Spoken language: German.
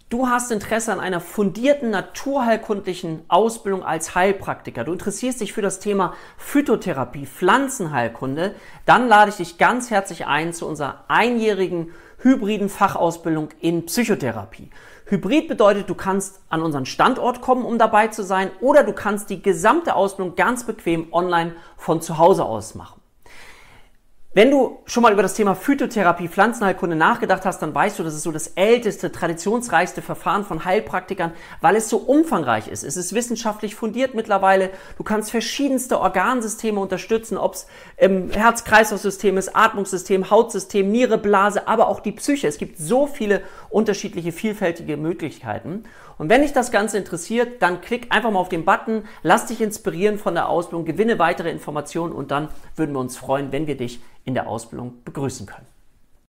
Du hast Interesse an einer fundierten naturheilkundlichen Ausbildung als Heilpraktiker. Du interessierst dich für das Thema Phytotherapie, Pflanzenheilkunde. Dann lade ich dich ganz herzlich ein zu unserer einjährigen hybriden Fachausbildung in Psychotherapie. Hybrid bedeutet, du kannst an unseren Standort kommen, um dabei zu sein, oder du kannst die gesamte Ausbildung ganz bequem online von zu Hause aus machen. Wenn du schon mal über das Thema Phytotherapie, Pflanzenheilkunde nachgedacht hast, dann weißt du, das ist so das älteste, traditionsreichste Verfahren von Heilpraktikern, weil es so umfangreich ist. Es ist wissenschaftlich fundiert mittlerweile. Du kannst verschiedenste Organsysteme unterstützen, ob es Herz-Kreislauf-System ist, Atmungssystem, Hautsystem, Niere, Blase, aber auch die Psyche. Es gibt so viele unterschiedliche, vielfältige Möglichkeiten. Und wenn dich das Ganze interessiert, dann klick einfach mal auf den Button, lass dich inspirieren von der Ausbildung, gewinne weitere Informationen und dann würden wir uns freuen, wenn wir dich in der Ausbildung begrüßen können.